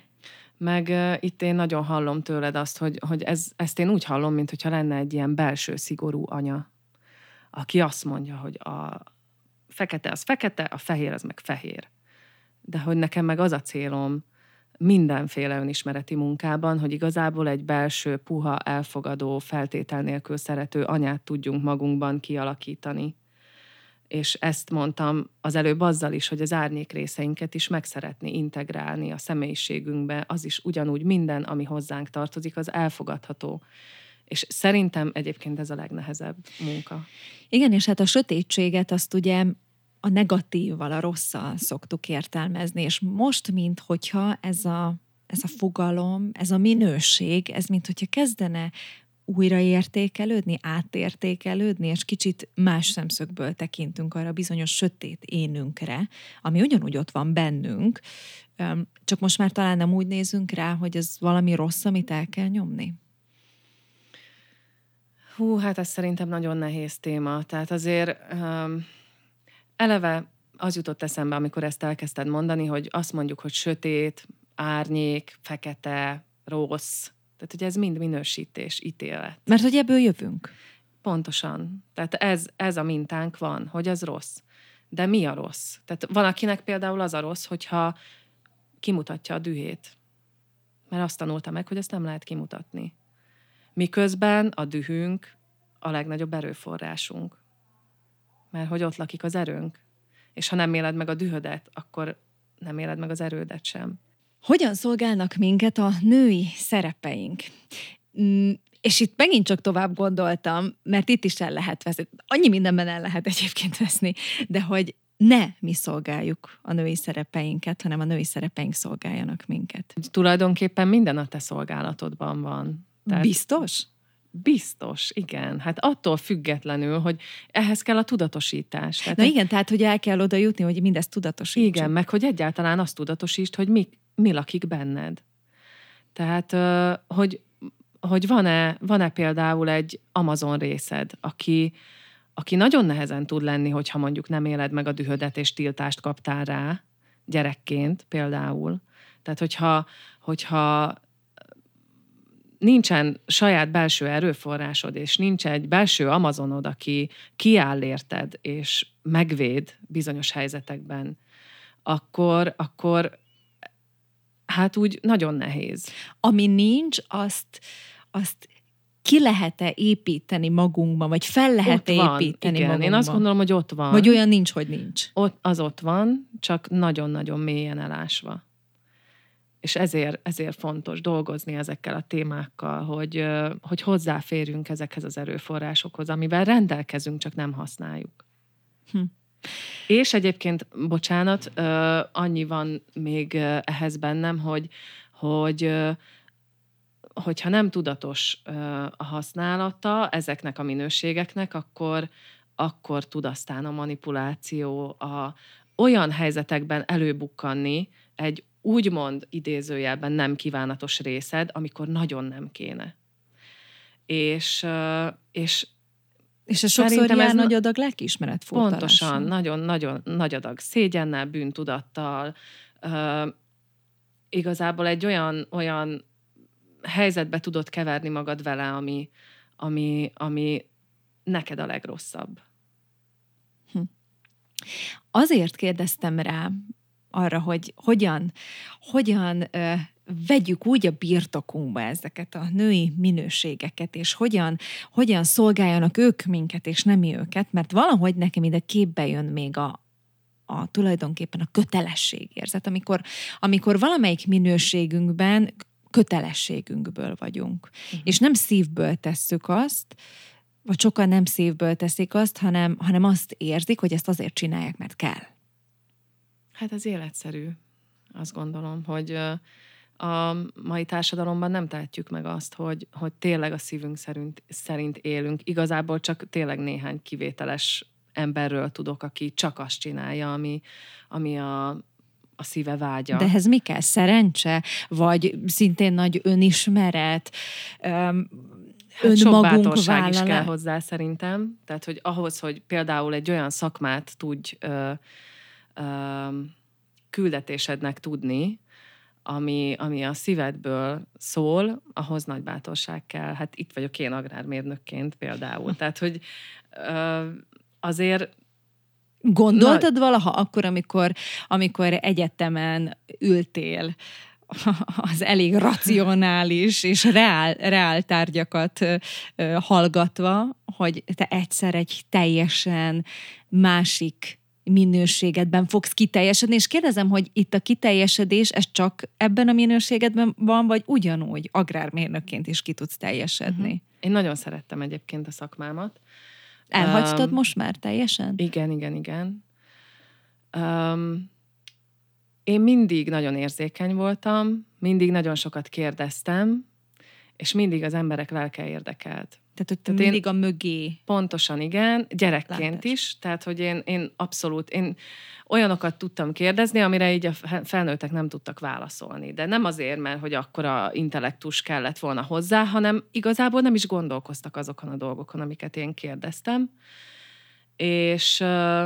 Meg itt én nagyon hallom tőled azt, hogy ezt én úgy hallom, mintha lenne egy ilyen belső szigorú anya, aki azt mondja, hogy a fekete az fekete, a fehér az meg fehér. De hogy nekem meg az a célom mindenféle önismereti munkában, hogy igazából egy belső, puha, elfogadó, feltétel nélkül szerető anyát tudjunk magunkban kialakítani. És ezt mondtam az előbb azzal is, hogy az árnyék részeinket is megszeretni, integrálni a személyiségünkbe, az is ugyanúgy minden, ami hozzánk tartozik, az elfogadható. És szerintem egyébként ez a legnehezebb munka. Igen, és hát a sötétséget azt ugye a negatívval, a rosszal szoktuk értelmezni, és most, minthogyha ez a fogalom, ez a minőség, ez minthogyha kezdene újraértékelődni, átértékelődni, és kicsit más szemszögből tekintünk arra bizonyos sötét énünkre, ami ugyanúgy ott van bennünk, csak most már talán nem úgy nézünk rá, hogy ez valami rossz, amit el kell nyomni. Hát ez szerintem nagyon nehéz téma. Tehát azért eleve az jutott eszembe, amikor ezt elkezdted mondani, hogy azt mondjuk, hogy sötét, árnyék, fekete, rossz. Tehát, hogy ez mind minősítés, ítélet. Mert hogy ebből jövünk. Pontosan. Tehát ez a mintánk van, hogy az rossz. De mi a rossz? Tehát van, akinek például az a rossz, hogyha kimutatja a dühét. Mert azt tanulta meg, hogy ezt nem lehet kimutatni. Miközben a dühünk a legnagyobb erőforrásunk. Mert hogy ott lakik az erőnk. És ha nem éled meg a dühödet, akkor nem éled meg az erődet sem. Hogyan szolgálnak minket a női szerepeink? És itt megint csak tovább gondoltam, mert itt is el lehet veszni. Annyi mindenben el lehet egyébként veszni, de hogy ne mi szolgáljuk a női szerepeinket, hanem a női szerepeink szolgáljanak minket. Tulajdonképpen minden a te szolgálatodban van. Tehát biztos? Biztos, igen. Hát attól függetlenül, hogy ehhez kell a tudatosítás. Tehát na igen, tehát hogy el kell oda jutni, hogy mindezt tudatosítsuk. Igen, meg hogy egyáltalán azt tudatosítsd, hogy mi lakik benned. Tehát, hogy van-e például egy Amazon részed, aki nagyon nehezen tud lenni, hogyha mondjuk nem éled meg a dühödet, és tiltást kaptál rá, gyerekként például. Tehát, hogyha nincsen saját belső erőforrásod, és nincs egy belső Amazonod, aki kiáll érted, és megvéd bizonyos helyzetekben, akkor hát úgy nagyon nehéz. Ami nincs, azt ki lehet-e építeni magunkban, vagy fel lehet-e építeni igen. magunkban? Én azt gondolom, hogy ott van. Vagy olyan nincs, hogy nincs. Ott van, csak nagyon-nagyon mélyen elásva. És ezért fontos dolgozni ezekkel a témákkal, hogy hozzáférjünk ezekhez az erőforrásokhoz, amivel rendelkezünk, csak nem használjuk. És egyébként, bocsánat, annyi van még ehhez bennem, hogyha nem tudatos a használata ezeknek a minőségeknek, akkor tud aztán a manipuláció olyan helyzetekben előbukkanni egy úgymond idézőjelben nem kívánatos részed, amikor nagyon nem kéne. És És ez sokszor Szerintem jár ez nagy adag lelkiismeret furdalással. pontosan, nagyon-nagyon nagy adag szégyennel, bűntudattal, igazából egy olyan helyzetbe tudod keverni magad vele, ami neked a legrosszabb. Azért kérdeztem rá arra, hogy hogyan vegyük úgy a birtokunkba ezeket a női minőségeket, és hogyan szolgáljanak ők minket, és nem mi őket, mert valahogy nekem ide képbe jön még a tulajdonképpen a kötelességérzet, amikor valamelyik minőségünkben kötelességünkből vagyunk. És nem szívből tesszük azt, vagy sokan nem szívből teszik azt, hanem azt érzik, hogy ezt azért csinálják, mert kell. Hát ez életszerű. Azt gondolom, hogy a mai társadalomban nem tehetjük meg azt, hogy tényleg a szívünk szerint élünk. Igazából csak tényleg néhány kivételes emberről tudok, aki csak azt csinálja, ami a szíve vágya. De ehhez mi kell? Szerencse? Vagy szintén nagy önismeret? Sok önmagunk bátorság is vállala? kell hozzá szerintem. Tehát, hogy ahhoz, hogy például egy olyan szakmát tudj küldetésednek tudni, ami a szívedből szól, ahhoz nagy bátorság kell. Hát itt vagyok én agrármérnökként például. Tehát, hogy azért... Gondoltad valaha akkor, amikor egyetemen ültél az elég racionális és reál tárgyakat hallgatva, hogy te egyszer egy teljesen másik minőségedben fogsz kiteljesedni, és kérdezem, hogy itt a kiteljesedés, ez csak ebben a minőségedben van, vagy ugyanúgy agrármérnökként is ki tudsz teljesedni? Én nagyon szerettem egyébként a szakmámat. Elhagytad most már teljesen? Igen. Én mindig nagyon érzékeny voltam, mindig nagyon sokat kérdeztem, és mindig az emberek lelke érdekelt. Tehát mindig a mögé. Pontosan, igen, gyerekként Látás. is, tehát, hogy én abszolút olyanokat tudtam kérdezni, amire így a felnőttek nem tudtak válaszolni. De nem azért, mert hogy akkora intellektus kellett volna hozzá, hanem igazából nem is gondolkoztak azokon a dolgokon, amiket én kérdeztem. És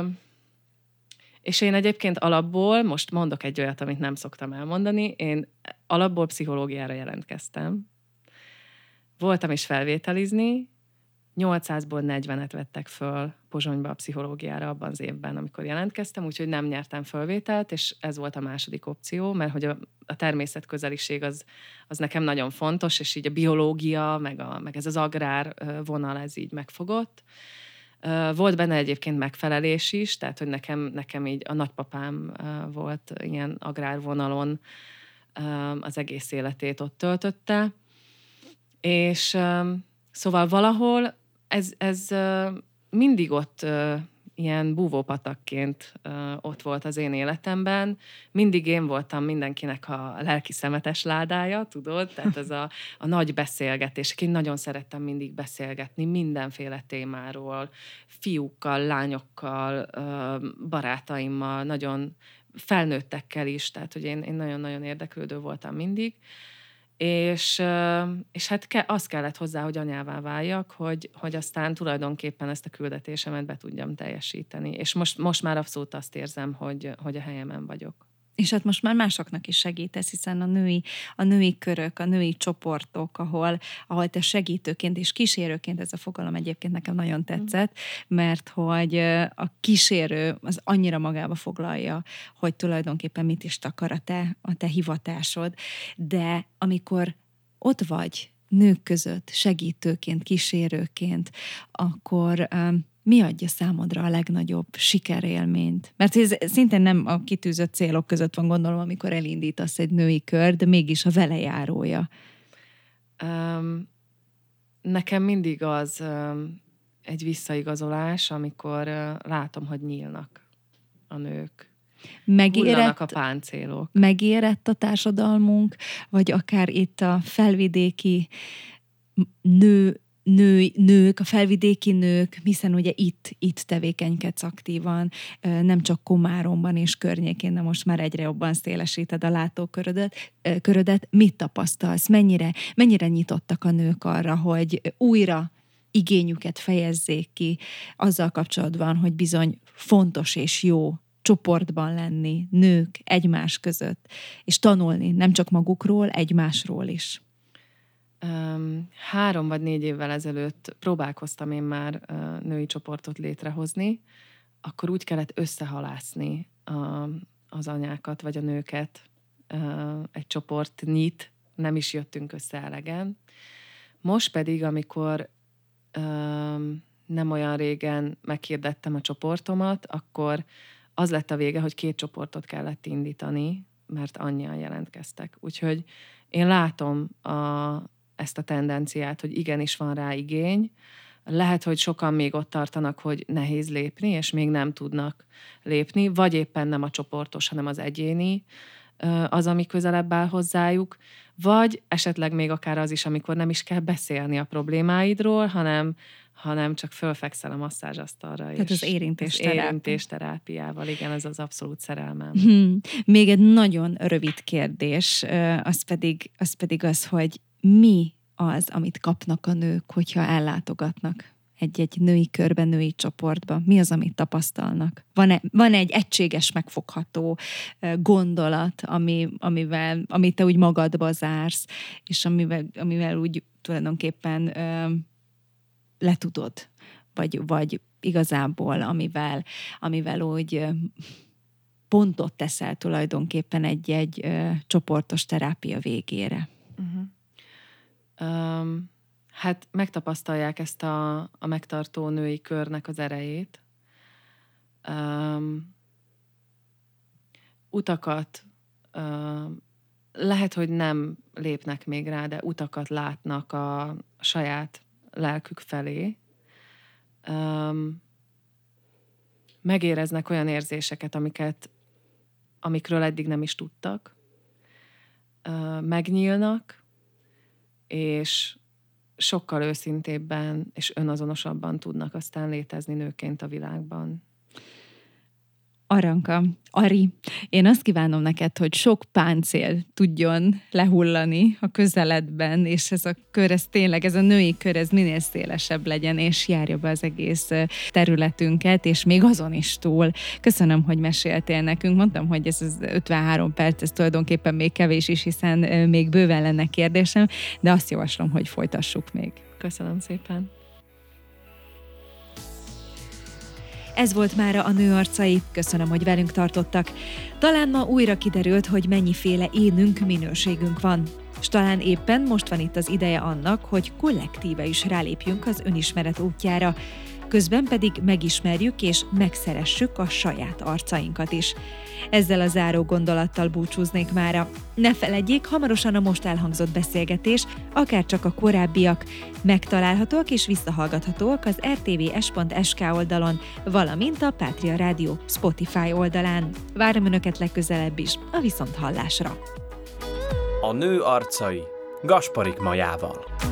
én egyébként alapból, most mondok egy olyat, amit nem szoktam elmondani, én alapból pszichológiára jelentkeztem. Voltam is felvételizni, 800-ból 40-et vettek föl Pozsonyba a pszichológiára abban az évben, amikor jelentkeztem, úgyhogy nem nyertem fölvételt, és ez volt a második opció, mert hogy a természetközeliség az nekem nagyon fontos, és így a biológia, meg ez az agrár vonal, ez így megfogott. Volt benne egyébként megfelelés is, tehát hogy nekem így a nagypapám volt ilyen agrárvonalon, az egész életét ott töltötte, és szóval valahol ez mindig ott ilyen búvópatakként ott volt az én életemben. Mindig én voltam mindenkinek a lelki szemetes ládája, tudod? Tehát ez a nagy beszélgetés. Én nagyon szerettem mindig beszélgetni mindenféle témáról, fiúkkal, lányokkal, barátaimmal, nagyon felnőttekkel is, tehát hogy én nagyon-nagyon érdeklődő voltam mindig. És hát az kellett hozzá, hogy anyává váljak, hogy aztán tulajdonképpen ezt a küldetésemet be tudjam teljesíteni. És most már abszolút azt érzem, hogy a helyemen vagyok. És hát most már másoknak is segítesz, hiszen a női körök, a női csoportok, ahol te segítőként és kísérőként, ez a fogalom egyébként nekem nagyon tetszett, mert hogy a kísérő az annyira magába foglalja, hogy tulajdonképpen mit is takar a te hivatásod, de amikor ott vagy nők között, segítőként, kísérőként, akkor mi adja számodra a legnagyobb sikerélményt? Mert ez szintén nem a kitűzött célok között van, gondolom, amikor elindítasz egy női kör, de mégis a velejárója. Nekem mindig az egy visszaigazolás, amikor látom, hogy nyílnak a nők. Hullanak a páncélok. Megérett a társadalmunk, vagy akár itt a felvidéki nők, a felvidéki nők, hiszen ugye itt tevékenykedsz aktívan, nem csak Komáromban és környékén, de most már egyre jobban szélesíted a látókörödet. Mit tapasztalsz? Mennyire nyitottak a nők arra, hogy újra igényüket fejezzék ki azzal kapcsolatban, hogy bizony fontos és jó csoportban lenni, nők egymás között, és tanulni nem csak magukról, egymásról is. 3 vagy 4 évvel ezelőtt próbálkoztam én már női csoportot létrehozni, akkor úgy kellett összehalászni az anyákat, vagy a nőket egy csoportnyit, nem is jöttünk össze elegen. Most pedig, amikor nem olyan régen meghirdettem a csoportomat, akkor az lett a vége, hogy 2 csoportot kellett indítani, mert annyian jelentkeztek. Úgyhogy én látom ezt a tendenciát, hogy igenis van rá igény. Lehet, hogy sokan még ott tartanak, hogy nehéz lépni, és még nem tudnak lépni, vagy éppen nem a csoportos, hanem az egyéni az, ami közelebb áll hozzájuk, vagy esetleg még akár az is, amikor nem is kell beszélni a problémáidról, hanem csak fölfekszel a masszázsasztalra. Tehát az érintésterápiával, igen, ez az abszolút szerelmem. Még egy nagyon rövid kérdés, az pedig az, hogy mi az, amit kapnak a nők, hogyha ellátogatnak egy női körben, női csoportba? Mi az, amit tapasztalnak? Van egy egységes, megfogható gondolat, amit te úgy magadba zársz, és amivel úgy tulajdonképpen letudod, vagy igazából amivel úgy pontot teszel tulajdonképpen egy csoportos terápia végére. Hát megtapasztalják ezt a megtartó női körnek az erejét. Utakat, lehet, hogy nem lépnek még rá, de utakat látnak a saját lelkük felé. Megéreznek olyan érzéseket, amikről eddig nem is tudtak. Megnyílnak, és sokkal őszintébben és önazonosabban tudnak aztán létezni nőként a világban. Aranka, Ari, én azt kívánom neked, hogy sok páncél tudjon lehullani a közeledben, és ez a kör, ez a női kör, ez minél szélesebb legyen, és járja be az egész területünket, és még azon is túl. Köszönöm, hogy meséltél nekünk. Mondtam, hogy ez az 53 perc, ez tulajdonképpen még kevés is, hiszen még bőven lenne kérdésem, de azt javaslom, hogy folytassuk még. Köszönöm szépen. Ez volt mára a Nő arcai. Köszönöm, hogy velünk tartottak. Talán ma újra kiderült, hogy mennyiféle énünk, minőségünk van. És talán éppen most van itt az ideje annak, hogy kollektíve is rálépjünk az önismeret útjára, közben pedig megismerjük és megszeressük a saját arcainkat is. Ezzel a záró gondolattal búcsúznék mára. Ne feledjék, hamarosan a most elhangzott beszélgetés, akár csak a korábbiak, megtalálhatóak és visszahallgathatóak az rtv.sk oldalon, valamint a Pátria Rádió Spotify oldalán. Várom Önöket legközelebb is, a viszonthallásra. A Nő arcai Gasparik Majával.